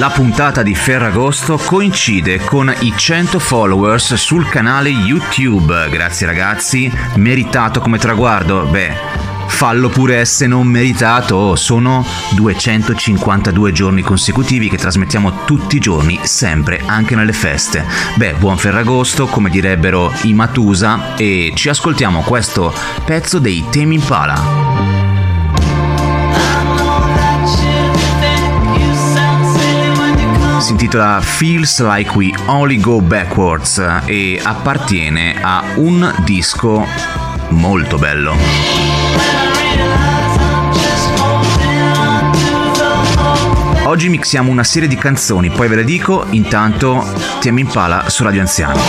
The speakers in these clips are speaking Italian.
la puntata di Ferragosto coincide con i 100 followers sul canale YouTube. Grazie ragazzi, meritato come traguardo? Beh, fallo pure se non meritato, sono 252 giorni consecutivi che trasmettiamo tutti i giorni, sempre, anche nelle feste. Beh, buon Ferragosto, come direbbero i Matusa, e ci ascoltiamo questo pezzo dei Tame Impala. Si intitola Feels Like We Only Go Backwards e appartiene a un disco molto bello. Oggi mixiamo una serie di canzoni, poi ve le dico, intanto Tame Impala su Radio Anziano.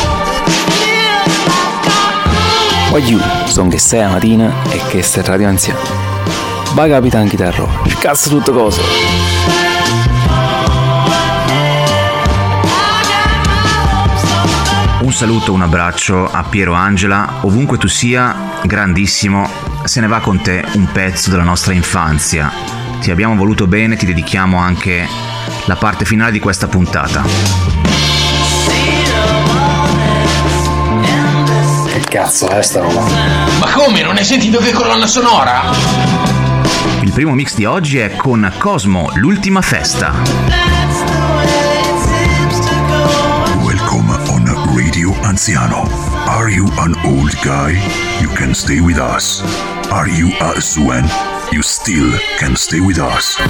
Voglio, son che sei la mattina e che sei Radio Anziano. Va Capitan Chitarro, cazzo tutto coso. Un saluto, un abbraccio a Piero Angela, ovunque tu sia, grandissimo, se ne va con te un pezzo della nostra infanzia. Ti abbiamo voluto bene, ti dedichiamo anche la parte finale di questa puntata. Che cazzo è sta roba? Ma come, non hai sentito che colonna sonora? Il primo mix di oggi è con Cosmo, L'ultima festa. Radio Anziano. Are you an old guy? You can stay with us. Are you a Sven? You still can stay with us.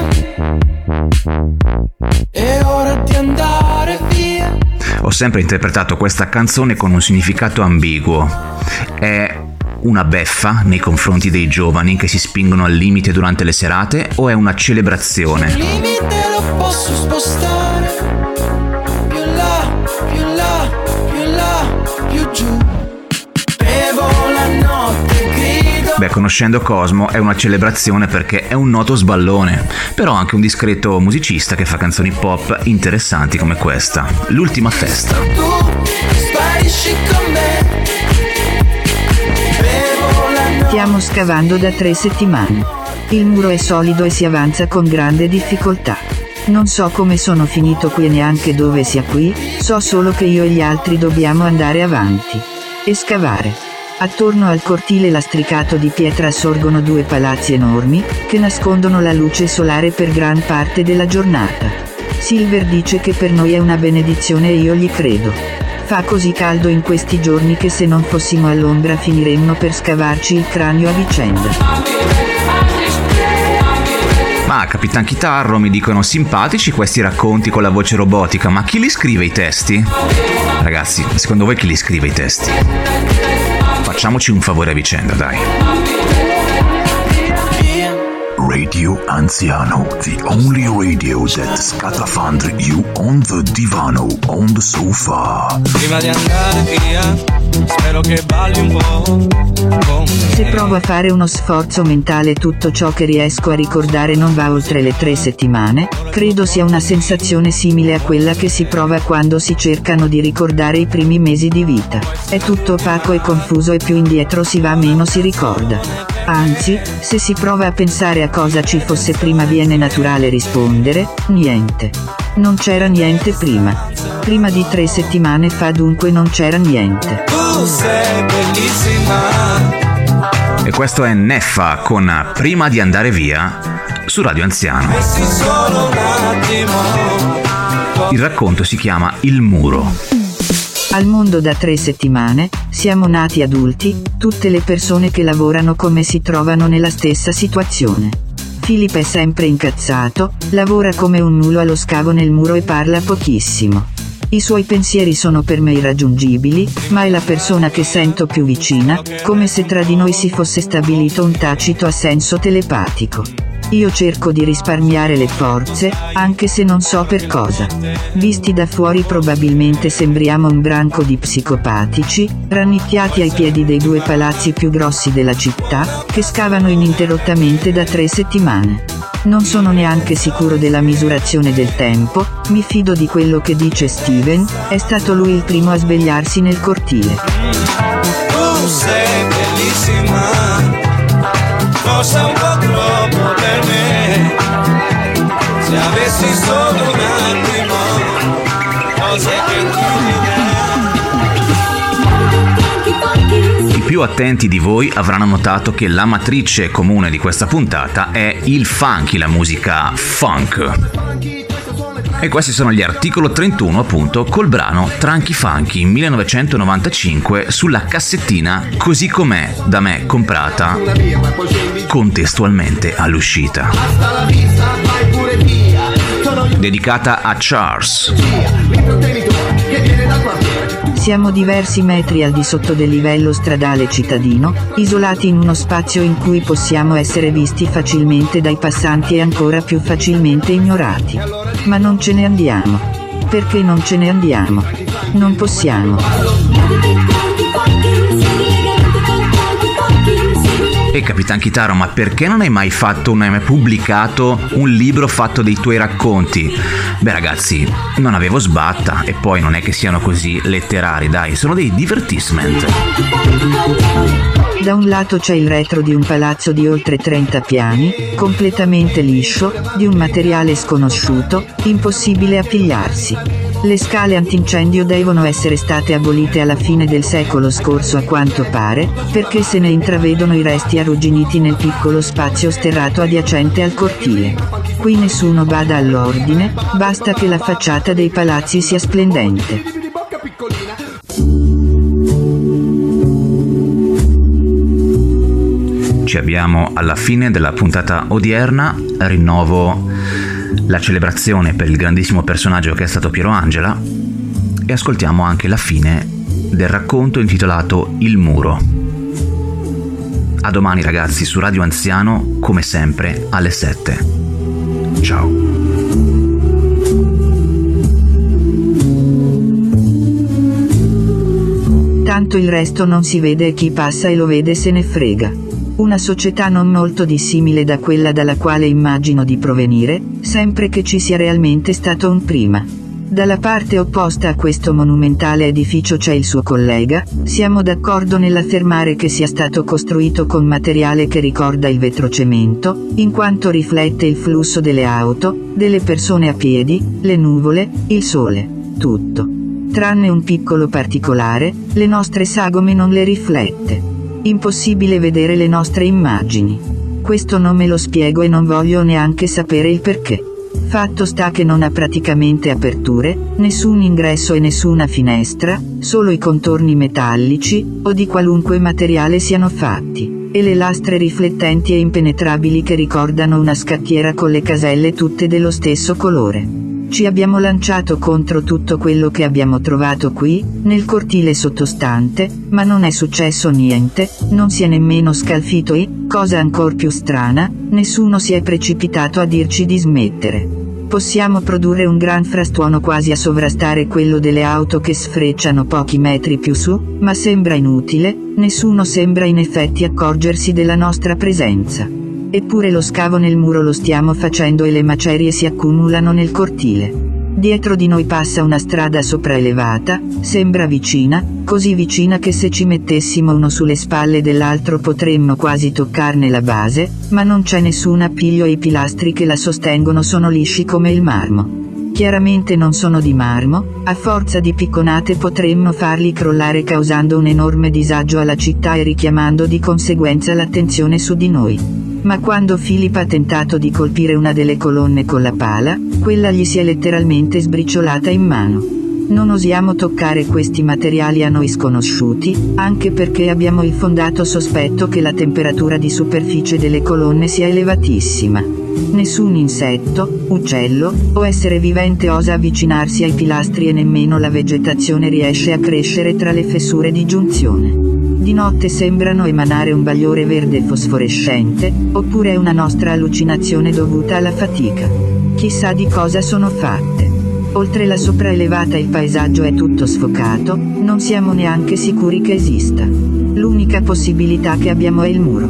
È ora di andare via. Ho sempre interpretato questa canzone con un significato ambiguo. È una beffa nei confronti dei giovani che si spingono al limite durante le serate o è una celebrazione? Il limite lo posso spostare. Beh, conoscendo Cosmo è una celebrazione perché è un noto sballone, però anche un discreto musicista che fa canzoni pop interessanti come questa, L'ultima festa. Stiamo scavando da 3 settimane. Il muro è solido e si avanza con grande difficoltà. Non so come sono finito qui e neanche dove sia qui, so solo che io e gli altri dobbiamo andare avanti e scavare. Attorno al cortile lastricato di pietra sorgono 2 palazzi enormi, che nascondono la luce solare per gran parte della giornata. Silver dice che per noi è una benedizione e io gli credo. Fa così caldo in questi giorni che se non fossimo all'ombra finiremmo per scavarci il cranio a vicenda. Ma Capitan Chitarro, mi dicono simpatici questi racconti con la voce robotica, ma chi li scrive i testi? Ragazzi, secondo voi chi li scrive i testi? Facciamoci un favore a vicenda, dai. Radio Anziano, the only radio that scatafandri you on the divano, on the sofa. Prima di andare via, spero che balli un po'. Se provo a fare uno sforzo mentale, tutto ciò che riesco a ricordare non va oltre le 3 settimane, credo sia una sensazione simile a quella che si prova quando si cercano di ricordare i primi mesi di vita. È tutto opaco e confuso e più indietro si va meno si ricorda. Anzi, se si prova a pensare a cosa ci fosse prima viene naturale rispondere, niente. Non c'era niente prima. Prima di 3 settimane fa dunque non c'era niente. Tu sei bellissima. E questo è Neffa con Prima di andare via su Radio Anziano. Solo un attimo. Il racconto si chiama Il muro. Al mondo da 3 settimane, siamo nati adulti, tutte le persone che lavorano come si trovano nella stessa situazione. Philip è sempre incazzato, lavora come un mulo allo scavo nel muro e parla pochissimo. I suoi pensieri sono per me irraggiungibili, ma è la persona che sento più vicina, come se tra di noi si fosse stabilito un tacito assenso telepatico. Io cerco di risparmiare le forze, anche se non so per cosa. Visti da fuori probabilmente sembriamo un branco di psicopatici, rannicchiati ai piedi dei 2 palazzi più grossi della città, che scavano ininterrottamente da 3 settimane. Non sono neanche sicuro della misurazione del tempo, mi fido di quello che dice Steven, è stato lui il primo a svegliarsi nel cortile. Tu sei bellissima, forse un po' troppo per me. Se avessi solo un attenti di voi avranno notato che la matrice comune di questa puntata è il funky, la musica funk. E questi sono gli Articolo 31, appunto, col brano Tranqui Funky 1995 sulla cassettina Così com'è, da me comprata contestualmente all'uscita, dedicata a Charles. Siamo diversi metri al di sotto del livello stradale cittadino, isolati in uno spazio in cui possiamo essere visti facilmente dai passanti e ancora più facilmente ignorati. Ma non ce ne andiamo. Perché non ce ne andiamo? Non possiamo. E Capitan Kitaro, ma perché non hai mai pubblicato un libro fatto dei tuoi racconti? Beh ragazzi, non avevo sbatta, e poi non è che siano così letterari, dai, sono dei divertissement. Da un lato c'è il retro di un palazzo di oltre 30 piani, completamente liscio, di un materiale sconosciuto, impossibile a pigliarsi. Le scale antincendio devono essere state abolite alla fine del secolo scorso a quanto pare, perché se ne intravedono i resti arrugginiti nel piccolo spazio sterrato adiacente al cortile. Qui nessuno bada all'ordine, basta che la facciata dei palazzi sia splendente. Ci abbiamo alla fine della puntata odierna, rinnovo la celebrazione per il grandissimo personaggio che è stato Piero Angela e ascoltiamo anche la fine del racconto intitolato Il Muro. A domani ragazzi su Radio Anziano, come sempre alle 7. Ciao. Tanto il resto non si vede e chi passa e lo vede se ne frega. Una società non molto dissimile da quella dalla quale immagino di provenire, sempre che ci sia realmente stato un prima. Dalla parte opposta a questo monumentale edificio c'è il suo collega, siamo d'accordo nell'affermare che sia stato costruito con materiale che ricorda il vetrocemento, in quanto riflette il flusso delle auto, delle persone a piedi, le nuvole, il sole, tutto. Tranne un piccolo particolare, le nostre sagome non le riflette. Impossibile vedere le nostre immagini. Questo non me lo spiego e non voglio neanche sapere il perché. Fatto sta che non ha praticamente aperture, nessun ingresso e nessuna finestra, solo i contorni metallici, o di qualunque materiale siano fatti, e le lastre riflettenti e impenetrabili che ricordano una scacchiera con le caselle tutte dello stesso colore. Ci abbiamo lanciato contro tutto quello che abbiamo trovato qui, nel cortile sottostante, ma non è successo niente, non si è nemmeno scalfito e, cosa ancor più strana, nessuno si è precipitato a dirci di smettere. Possiamo produrre un gran frastuono quasi a sovrastare quello delle auto che sfrecciano pochi metri più su, ma sembra inutile, nessuno sembra in effetti accorgersi della nostra presenza. Eppure lo scavo nel muro lo stiamo facendo e le macerie si accumulano nel cortile. Dietro di noi passa una strada sopraelevata, sembra vicina, così vicina che se ci mettessimo uno sulle spalle dell'altro potremmo quasi toccarne la base, ma non c'è nessun appiglio e i pilastri che la sostengono sono lisci come il marmo. Chiaramente non sono di marmo, a forza di picconate potremmo farli crollare causando un enorme disagio alla città e richiamando di conseguenza l'attenzione su di noi. Ma quando Philip ha tentato di colpire una delle colonne con la pala, quella gli si è letteralmente sbriciolata in mano. Non osiamo toccare questi materiali a noi sconosciuti, anche perché abbiamo il fondato sospetto che la temperatura di superficie delle colonne sia elevatissima. Nessun insetto, uccello, o essere vivente osa avvicinarsi ai pilastri e nemmeno la vegetazione riesce a crescere tra le fessure di giunzione. Di notte sembrano emanare un bagliore verde fosforescente, oppure è una nostra allucinazione dovuta alla fatica. Chissà di cosa sono fatte. Oltre la sopraelevata il paesaggio è tutto sfocato, non siamo neanche sicuri che esista. L'unica possibilità che abbiamo è il muro.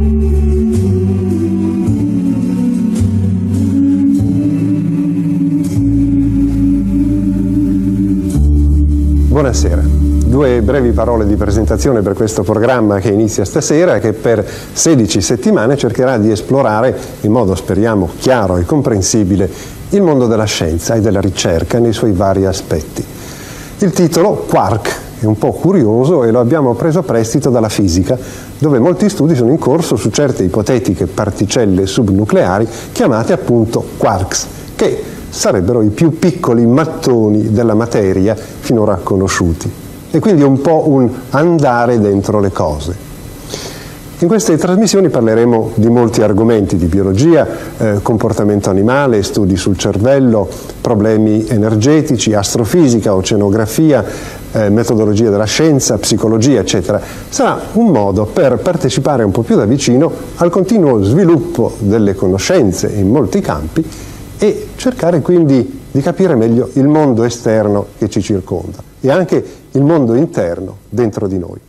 Buonasera. Due brevi parole di presentazione per questo programma che inizia stasera e che per 16 settimane cercherà di esplorare in modo, speriamo, chiaro e comprensibile il mondo della scienza e della ricerca nei suoi vari aspetti. Il titolo, Quark, è un po' curioso e lo abbiamo preso a prestito dalla fisica, dove molti studi sono in corso su certe ipotetiche particelle subnucleari chiamate appunto quarks, che sarebbero i più piccoli mattoni della materia finora conosciuti. E quindi è un po' un andare dentro le cose. In queste trasmissioni parleremo di molti argomenti di biologia, comportamento animale, studi sul cervello, problemi energetici, astrofisica, oceanografia, metodologia della scienza, psicologia, eccetera. Sarà un modo per partecipare un po' più da vicino al continuo sviluppo delle conoscenze in molti campi e cercare quindi di capire meglio il mondo esterno che ci circonda e anche il mondo interno dentro di noi.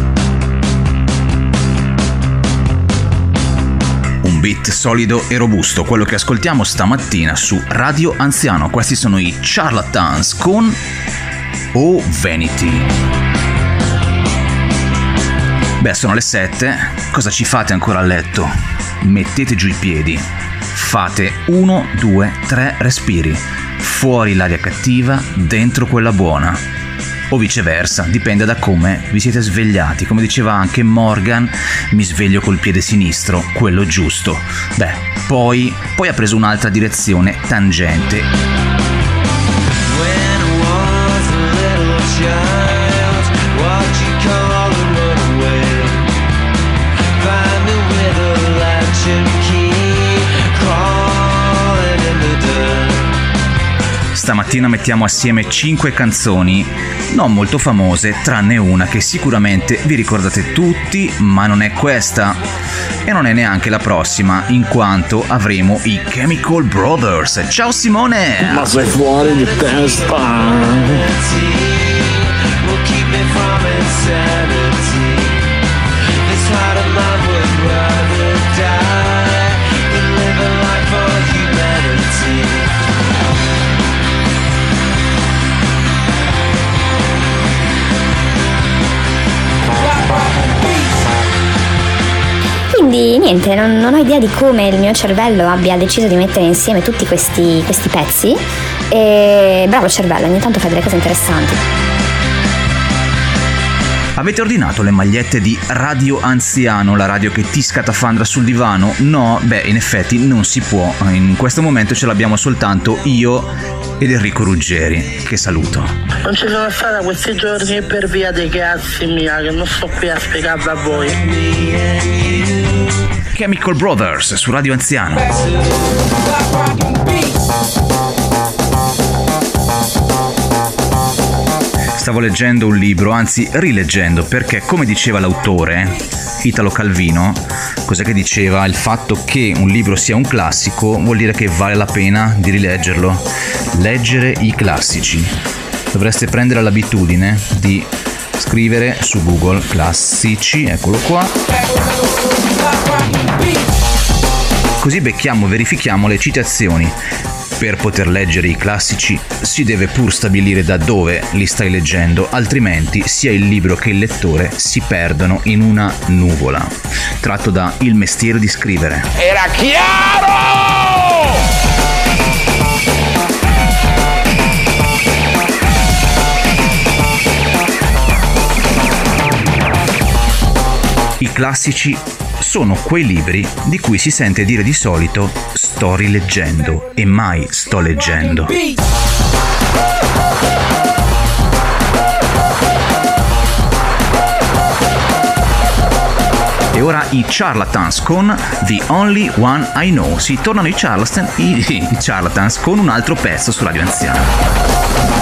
Un beat solido e robusto, quello che ascoltiamo stamattina su Radio Anziano. Questi sono i Charlatans con Oh Vanity. Beh, sono le 7, cosa ci fate ancora a letto? Mettete giù i piedi, fate 1, 2, 3 respiri, fuori l'aria cattiva, dentro quella buona. O viceversa, dipende da come vi siete svegliati. Come diceva anche Morgan, mi sveglio col piede sinistro, quello giusto. Beh, poi ha preso un'altra direzione tangente. Stamattina mettiamo assieme 5 canzoni non molto famose, tranne una che sicuramente vi ricordate tutti, ma non è questa e non è neanche la prossima, in quanto avremo i Chemical Brothers. Ciao Simone! Ma sei fuori di testa! Quindi niente, non ho idea di come il mio cervello abbia deciso di mettere insieme tutti questi pezzi e bravo cervello, ogni tanto fai delle cose interessanti. Avete ordinato le magliette di Radio Anziano, la radio che ti scatafandra sul divano? No? Beh, in effetti non si può, in questo momento ce l'abbiamo soltanto io ed Enrico Ruggeri, che saluto. Non ci sono stata questi giorni per via dei cazzi mia, che non sto qui a spiegarla a voi. Chemical Brothers su Radio Anziano. Stavo leggendo un libro, anzi rileggendo, perché come diceva l'autore, Italo Calvino, cos'è che diceva? Il fatto che un libro sia un classico vuol dire che vale la pena di rileggerlo. Leggere i classici. Dovreste prendere l'abitudine di scrivere su Google classici, eccolo qua. Così verifichiamo le citazioni. Per poter leggere i classici si deve pur stabilire da dove li stai leggendo, altrimenti sia il libro che il lettore si perdono in una nuvola. Tratto da Il mestiere di scrivere. Era chiaro! I classici sono quei libri di cui si sente dire di solito sto rileggendo e mai sto leggendo. E ora i Charlatans con The Only One I Know. Si tornano i Charlatans con un altro pezzo su Radio Anziano.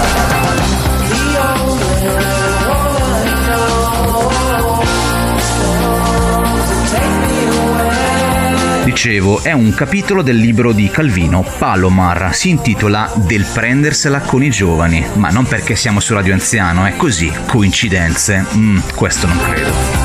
Dicevo, è un capitolo del libro di Calvino, Palomar, si intitola Del prendersela con i giovani, ma non perché siamo su Radio Anziano, è così, coincidenze, questo non credo.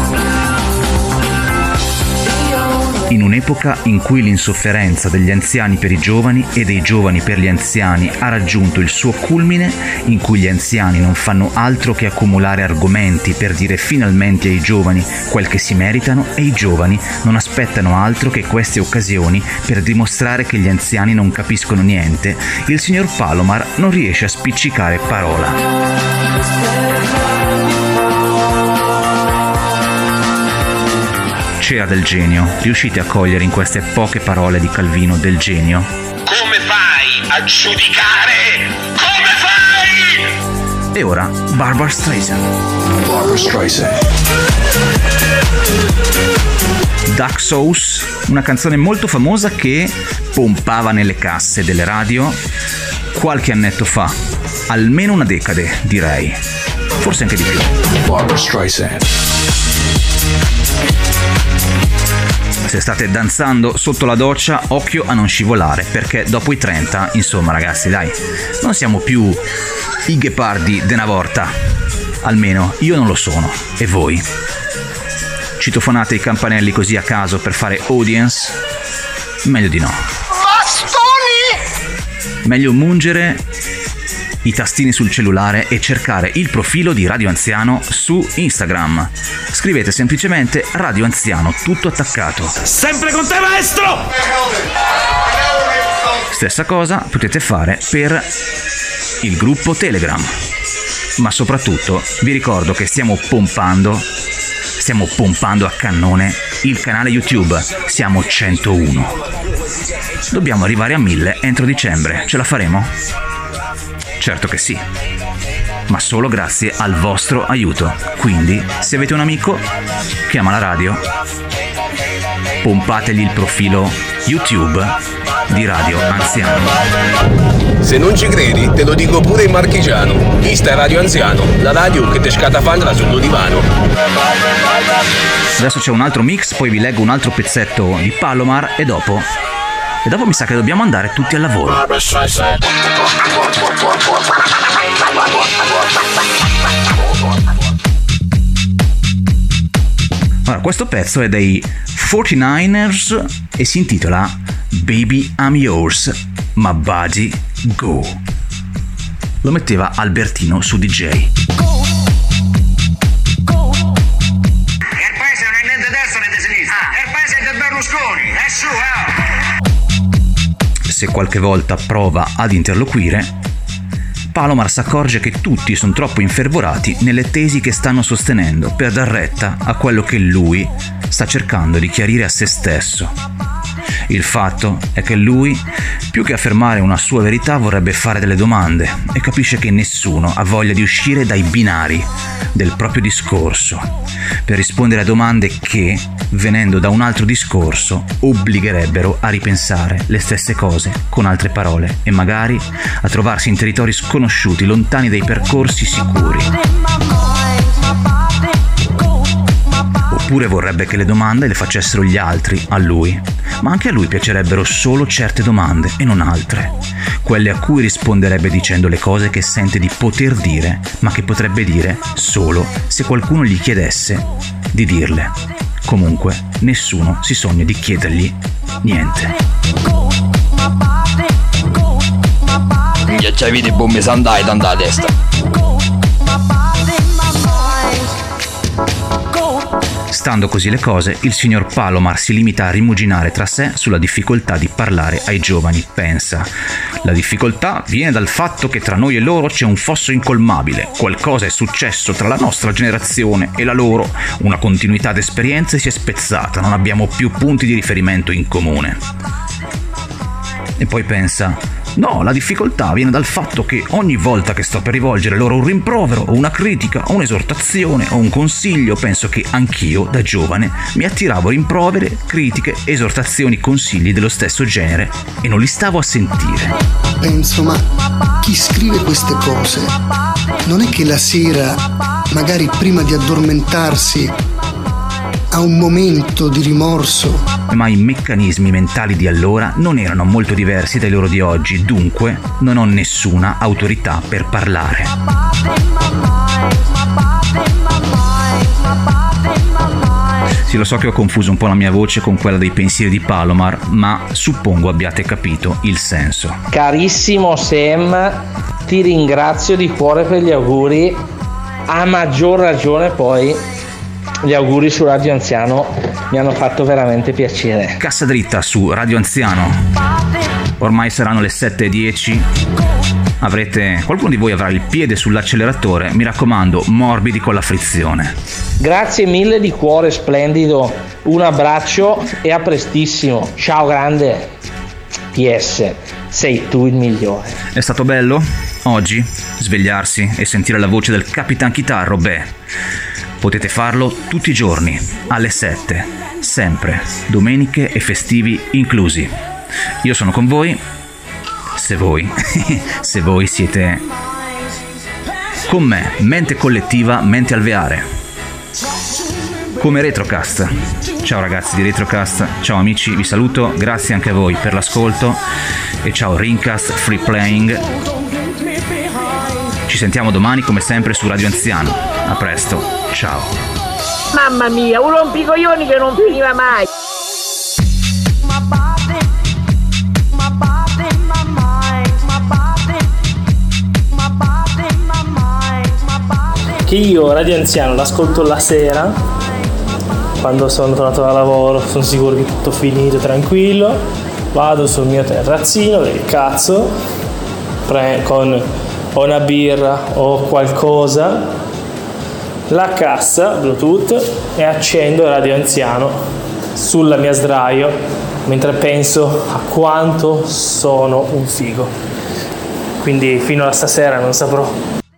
In un'epoca in cui l'insofferenza degli anziani per i giovani e dei giovani per gli anziani ha raggiunto il suo culmine, in cui gli anziani non fanno altro che accumulare argomenti per dire finalmente ai giovani quel che si meritano e i giovani non aspettano altro che queste occasioni per dimostrare che gli anziani non capiscono niente, il signor Palomar non riesce a spiccicare parola. c'era del genio. Riuscite a cogliere in queste poche parole di Calvino del genio? Come fai a giudicare? Come fai? E ora Barbra Streisand. Barbra Streisand. Duck Sauce, una canzone molto famosa che pompava nelle casse delle radio qualche annetto fa, almeno una decade direi, forse anche di più. Barbra Streisand. Se state danzando sotto la doccia, occhio a non scivolare, perché dopo i 30, insomma ragazzi, dai, non siamo più i ghepardi de una volta, almeno io non lo sono, e voi? Citofonate i campanelli così a caso per fare audience? Meglio di no. Bastoni! Meglio mungere i tastini sul cellulare e cercare il profilo di Radio Anziano su Instagram. Scrivete semplicemente Radio Anziano, tutto attaccato. Sempre con te, maestro! Stessa cosa potete fare per il gruppo Telegram. Ma soprattutto vi ricordo che stiamo pompando a cannone il canale YouTube. Siamo 101. Dobbiamo arrivare a 1000 entro dicembre. Ce la faremo? Certo che sì, ma solo grazie al vostro aiuto. Quindi, se avete un amico, chiama la radio, pompategli il profilo YouTube di Radio Anziano. Se non ci credi, te lo dico pure in marchigiano. Questa è Radio Anziano, la radio che te scatafandra sullo divano. Adesso c'è un altro mix, poi vi leggo un altro pezzetto di Palomar e dopo mi sa che dobbiamo andare tutti al lavoro. Allora, questo pezzo è dei 49ers e si intitola Baby I'm Yours, My Body Go. Lo metteva Albertino su DJ. Il paese non è né di destra né di sinistra, il paese è di Berlusconi, è su, Se qualche volta prova ad interloquire, Palomar si accorge che tutti sono troppo infervorati nelle tesi che stanno sostenendo per dar retta a quello che lui sta cercando di chiarire a se stesso. Il fatto è che lui, più che affermare una sua verità, vorrebbe fare delle domande e capisce che nessuno ha voglia di uscire dai binari del proprio discorso per rispondere a domande che, venendo da un altro discorso, obbligherebbero a ripensare le stesse cose con altre parole e magari a trovarsi in territori sconosciuti, lontani dai percorsi sicuri. Oppure vorrebbe che le domande le facessero gli altri a lui, ma anche a lui piacerebbero solo certe domande e non altre, quelle a cui risponderebbe dicendo le cose che sente di poter dire, ma che potrebbe dire solo se qualcuno gli chiedesse di dirle. Comunque, nessuno si sogna di chiedergli niente. Ghiacciavi di bombe sandai tanta a testa. Stando così le cose, il signor Palomar si limita a rimuginare tra sé sulla difficoltà di parlare ai giovani. Pensa: la difficoltà viene dal fatto che tra noi e loro c'è un fosso incolmabile, qualcosa è successo tra la nostra generazione e la loro, una continuità d'esperienze si è spezzata, non abbiamo più punti di riferimento in comune. E poi pensa: no, la difficoltà viene dal fatto che ogni volta che sto per rivolgere loro un rimprovero o una critica o un'esortazione o un consiglio, penso che anch'io da giovane mi attiravo rimproveri, critiche, esortazioni, consigli dello stesso genere e non li stavo a sentire. Penso, ma chi scrive queste cose non è che la sera, magari prima di addormentarsi, ha un momento di rimorso? Ma i meccanismi mentali di allora non erano molto diversi dai loro di oggi, dunque non ho nessuna autorità per parlare. Sì, lo so che ho confuso un po' la mia voce con quella dei pensieri di Palomar, ma suppongo abbiate capito il senso. Carissimo Sam, ti ringrazio di cuore per gli auguri, a maggior ragione poi gli auguri su Radio Anziano mi hanno fatto veramente piacere. Cassa dritta su Radio Anziano. Ormai saranno le 7:10. Qualcuno di voi avrà il piede sull'acceleratore. Mi raccomando, morbidi con la frizione. Grazie mille di cuore splendido, un abbraccio e a prestissimo. Ciao grande. PS, sei tu il migliore. È stato bello? Oggi svegliarsi e sentire la voce del Capitan Chitarro? Beh, potete farlo tutti i giorni alle 7, sempre, domeniche e festivi inclusi. Io sono con voi, se voi siete con me, mente collettiva, mente alveare, come Retrocast. Ciao ragazzi di Retrocast, ciao amici, vi saluto, grazie anche a voi per l'ascolto e ciao Rincast Free Playing. Ci sentiamo domani come sempre su Radio Anziano. A presto, ciao. Mamma mia, un rompicoglioni che non finiva mai. Che io Radio Anziano l'ascolto la sera quando sono tornato da lavoro, sono sicuro che è tutto finito, tranquillo, vado sul mio terrazzino del cazzo con una birra o qualcosa, la cassa Bluetooth, e accendo Radio Anziano sulla mia sdraio mentre penso a quanto sono un figo. Quindi fino a stasera non saprò.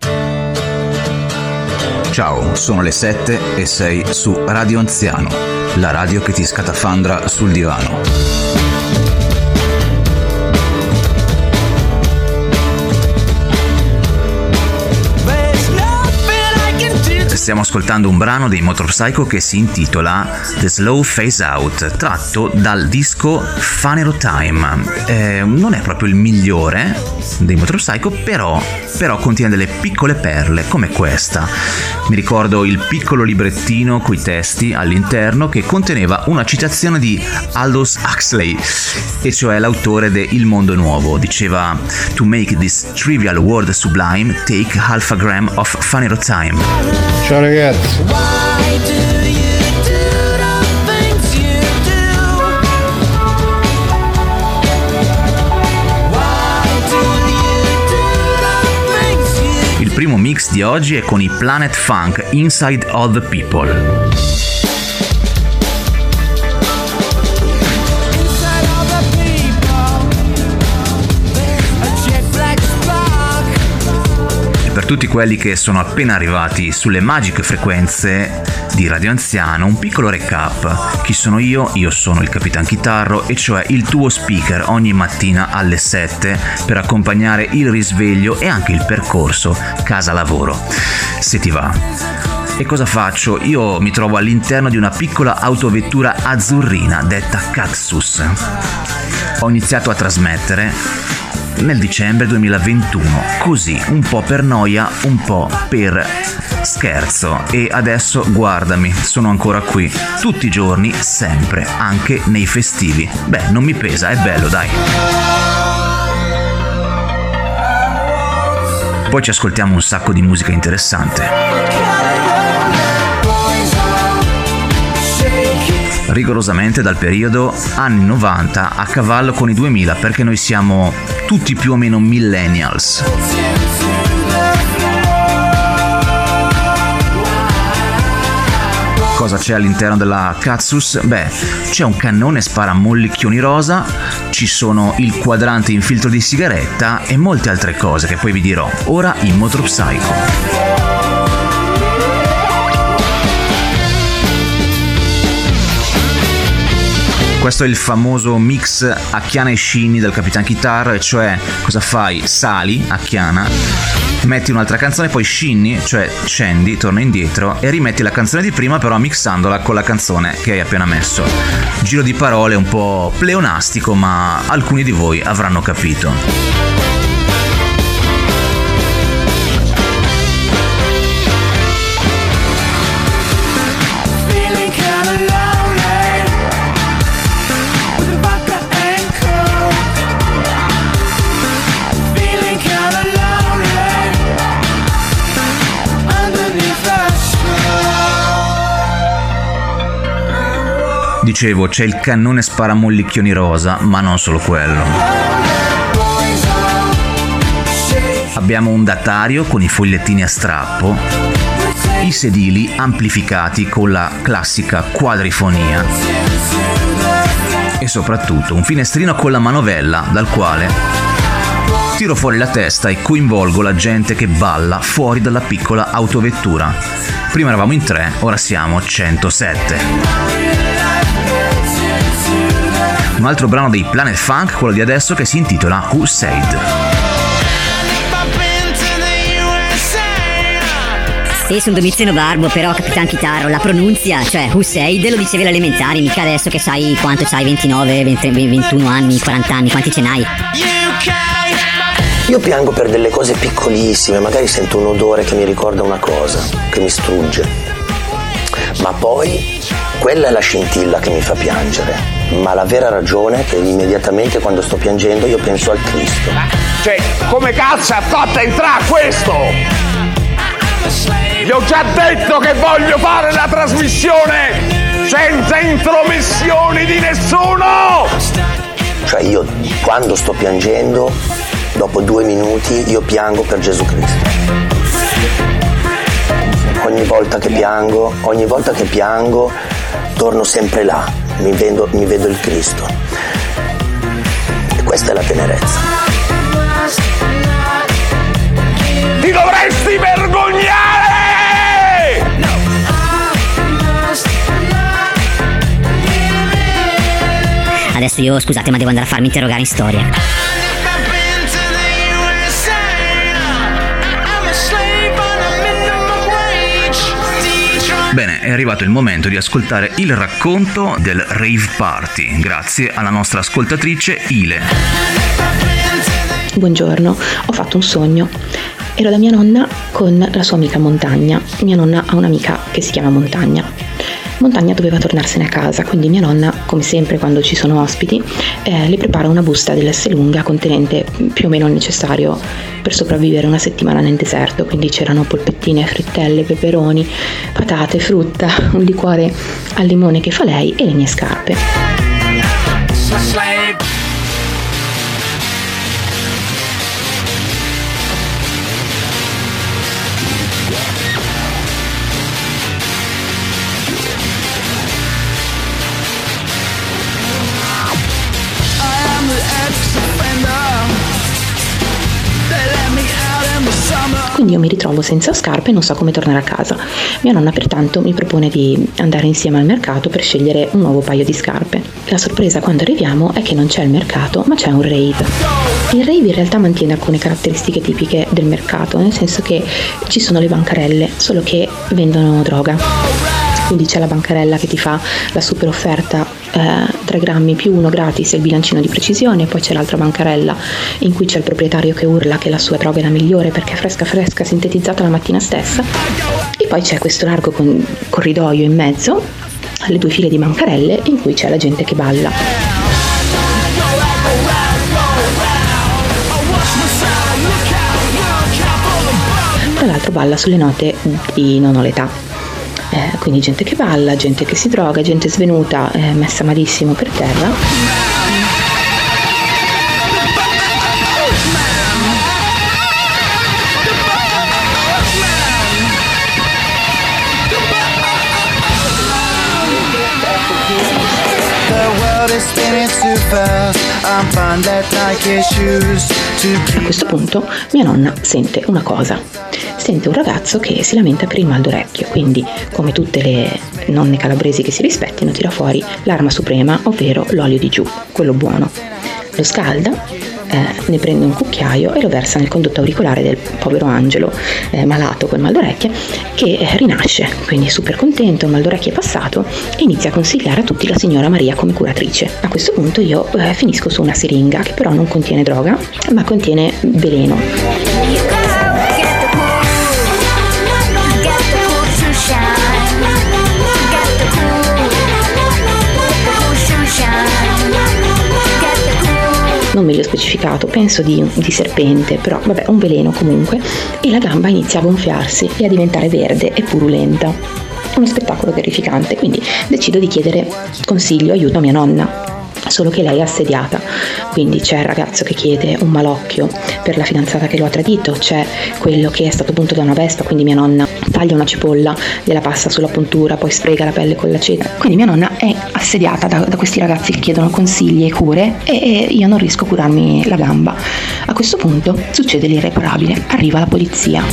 Ciao, sono le 7:06 su Radio Anziano, la radio che ti scatafandra sul divano. Stiamo ascoltando un brano dei Motor Psycho che si intitola The Slow Phase Out, tratto dal disco Phanerothime. Non è proprio il migliore dei Motor Psycho, però contiene delle piccole perle come questa. Mi ricordo il piccolo librettino coi testi all'interno che conteneva una citazione di Aldous Huxley, e cioè l'autore de Il Mondo Nuovo. Diceva: "To make this trivial world sublime, take half a gram of Phanerothime." Ciao ragazzi. Il primo mix di oggi è con i Planet Funk, Inside All the People. Per tutti quelli che sono appena arrivati sulle magiche frequenze di Radio Anziano, un piccolo recap. Chi sono io? Io sono il Capitan Chitarro, e cioè il tuo speaker ogni mattina alle 7 per accompagnare il risveglio e anche il percorso casa-lavoro, se ti va. E cosa faccio? Io mi trovo all'interno di una piccola autovettura azzurrina detta Caxus. Ho iniziato a trasmettere nel dicembre 2021, così, un po' per noia, un po' per scherzo, e adesso guardami, sono ancora qui, tutti i giorni, sempre, anche nei festivi. Beh, non mi pesa, è bello, dai. Poi ci ascoltiamo un sacco di musica interessante. Rigorosamente dal periodo anni 90 a cavallo con i 2000, perché noi siamo tutti più o meno millennials. Cosa c'è all'interno della Caxus? Beh, c'è un cannone spara mollicchioni rosa, ci sono il quadrante in filtro di sigaretta e molte altre cose che poi vi dirò. Ora in Motor Psycho. Questo è il famoso mix a Chiana e Scinni del Capitan Chitarro, e cioè cosa fai? Sali a Chiana, metti un'altra canzone, poi scinni, cioè scendi, torna indietro e rimetti la canzone di prima, però mixandola con la canzone che hai appena messo. Giro di parole un po' pleonastico, ma alcuni di voi avranno capito. dicevo, c'è il cannone sparamollicchioni rosa, ma non solo quello. Abbiamo un datario con i fogliettini a strappo, i sedili amplificati con la classica quadrifonia e soprattutto un finestrino con la manovella dal quale tiro fuori la testa e coinvolgo la gente che balla fuori dalla piccola autovettura. Prima eravamo in 3, ora siamo 107. Un altro brano dei Planet Funk, quello di adesso, che si intitola Who Said. Sì, sono Domiziano Barbo, però Capitan Chitarro, la pronunzia, cioè Who Said, lo dicevi alle elementari, mica adesso che sai quanto c'hai, 29, 20, 21 anni, 40 anni, quanti ce n'hai? Io piango per delle cose piccolissime, magari sento un odore che mi ricorda una cosa, che mi strugge. Ma poi quella è la scintilla che mi fa piangere. Ma la vera ragione è che immediatamente quando sto piangendo io penso al Cristo. Cioè, come cazzo ha fatto a entrare questo? Gli ho già detto che voglio fare la trasmissione senza intromissioni di nessuno! Cioè io quando sto piangendo, dopo 2 minuti io piango per Gesù Cristo. Ogni volta che piango, torno sempre là, mi vedo il Cristo. E questa è la tenerezza. Ti dovresti vergognare! Adesso io, scusate, ma devo andare a farmi interrogare in storia. Bene, è arrivato il momento di ascoltare il racconto del rave party, grazie alla nostra ascoltatrice Ile. Buongiorno, ho fatto un sogno. Ero da mia nonna con la sua amica Montagna. Mia nonna ha un'amica che si chiama Montagna. Montagna doveva tornarsene a casa, quindi mia nonna, come sempre quando ci sono ospiti, le prepara una busta dell'Esselunga contenente più o meno il necessario per sopravvivere una settimana nel deserto. Quindi c'erano polpettine, frittelle, peperoni, patate, frutta, un liquore al limone che fa lei e le mie scarpe. Quindi io mi ritrovo senza scarpe e non so come tornare a casa. Mia nonna pertanto mi propone di andare insieme al mercato per scegliere un nuovo paio di scarpe. La sorpresa quando arriviamo è che non c'è il mercato, ma c'è un rave. Il rave in realtà mantiene alcune caratteristiche tipiche del mercato, nel senso che ci sono le bancarelle, solo che vendono droga. Quindi c'è la bancarella che ti fa la super offerta 3 grammi più 1 gratis e il bilancino di precisione, poi c'è l'altra bancarella in cui c'è il proprietario che urla che la sua droga è la migliore perché è fresca fresca, sintetizzata la mattina stessa, e poi c'è questo largo corridoio in mezzo alle 2 file di bancarelle in cui c'è la gente che balla. Tra l'altro balla sulle note di non ho l'età. Quindi gente che balla, gente che si droga, gente svenuta, messa malissimo per terra. A questo punto mia nonna sente una cosa. Sente un ragazzo che si lamenta per il mal d'orecchio, quindi come tutte le nonne calabresi che si rispettino tira fuori l'arma suprema, ovvero l'olio di giù, quello buono. Lo scalda, ne prende un cucchiaio e lo versa nel condotto auricolare del povero Angelo malato col mal d'orecchie, che rinasce, quindi super contento, il mal d'orecchie è passato, e inizia a consigliare a tutti la signora Maria come curatrice. A questo punto io finisco su una siringa che però non contiene droga ma contiene veleno. Non meglio specificato, penso di serpente, però vabbè, un veleno comunque, e la gamba inizia a gonfiarsi e a diventare verde e purulenta. uno spettacolo terrificante, quindi decido di chiedere consiglio, aiuto a mia nonna. Solo che lei è assediata, quindi c'è il ragazzo che chiede un malocchio per la fidanzata che lo ha tradito, c'è quello che è stato punto da una vespa, quindi mia nonna taglia una cipolla, gliela passa sulla puntura, poi sfrega la pelle con l'aceto. Quindi mia nonna è assediata da questi ragazzi che chiedono consigli e cure e io non riesco a curarmi la gamba. A questo punto succede l'irreparabile, arriva la polizia.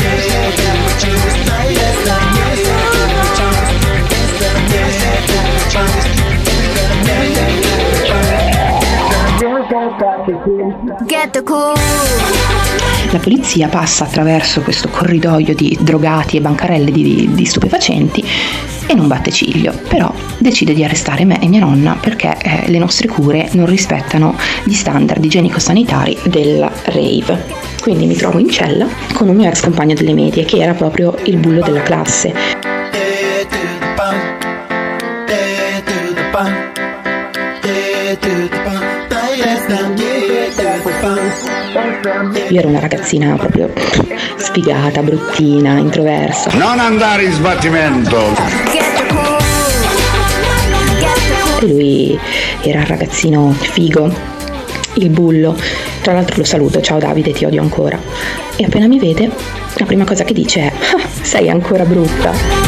La polizia passa attraverso questo corridoio di drogati e bancarelle di stupefacenti e non batte ciglio, però decide di arrestare me e mia nonna perché le nostre cure non rispettano gli standard igienico-sanitari del rave. Quindi mi trovo in cella con un mio ex compagno delle medie che era proprio il bullo della classe. Io ero una ragazzina proprio sfigata, bruttina, introversa. Non andare in sbattimento! E lui era il ragazzino figo, il bullo. Tra l'altro lo saluto, ciao Davide, ti odio ancora. E appena mi vede, la prima cosa che dice è: sei ancora brutta.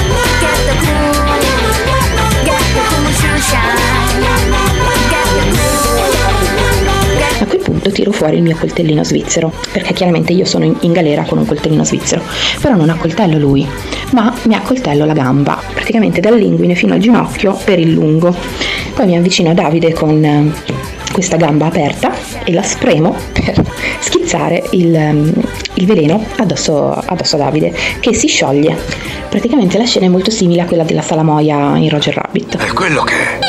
A quel punto tiro fuori il mio coltellino svizzero, perché chiaramente io sono in galera con un coltellino svizzero, però non ha coltello lui, ma mi ha coltello la gamba, praticamente dall'inguine fino al ginocchio per il lungo. Poi mi avvicino a Davide con questa gamba aperta e la spremo per schizzare il veleno addosso a Davide, che si scioglie. Praticamente la scena è molto simile a quella della salamoia in Roger Rabbit. È quello che è.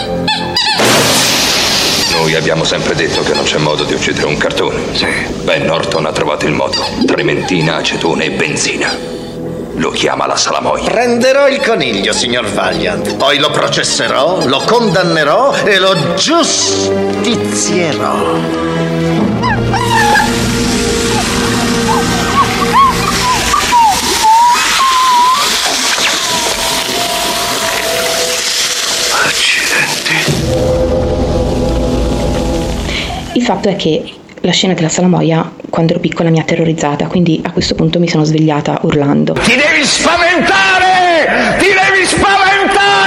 Noi abbiamo sempre detto che non c'è modo di uccidere un cartone. Sì. Ben Norton ha trovato il modo. Trementina, acetone e benzina. Lo chiama la salamoia. Prenderò il coniglio, signor Valiant. Poi lo processerò, lo condannerò e lo giustizierò. Il fatto è che la scena della salamoia, quando ero piccola, mi ha terrorizzata, quindi a questo punto mi sono svegliata urlando. Ti devi spaventare! Ti devi spaventare!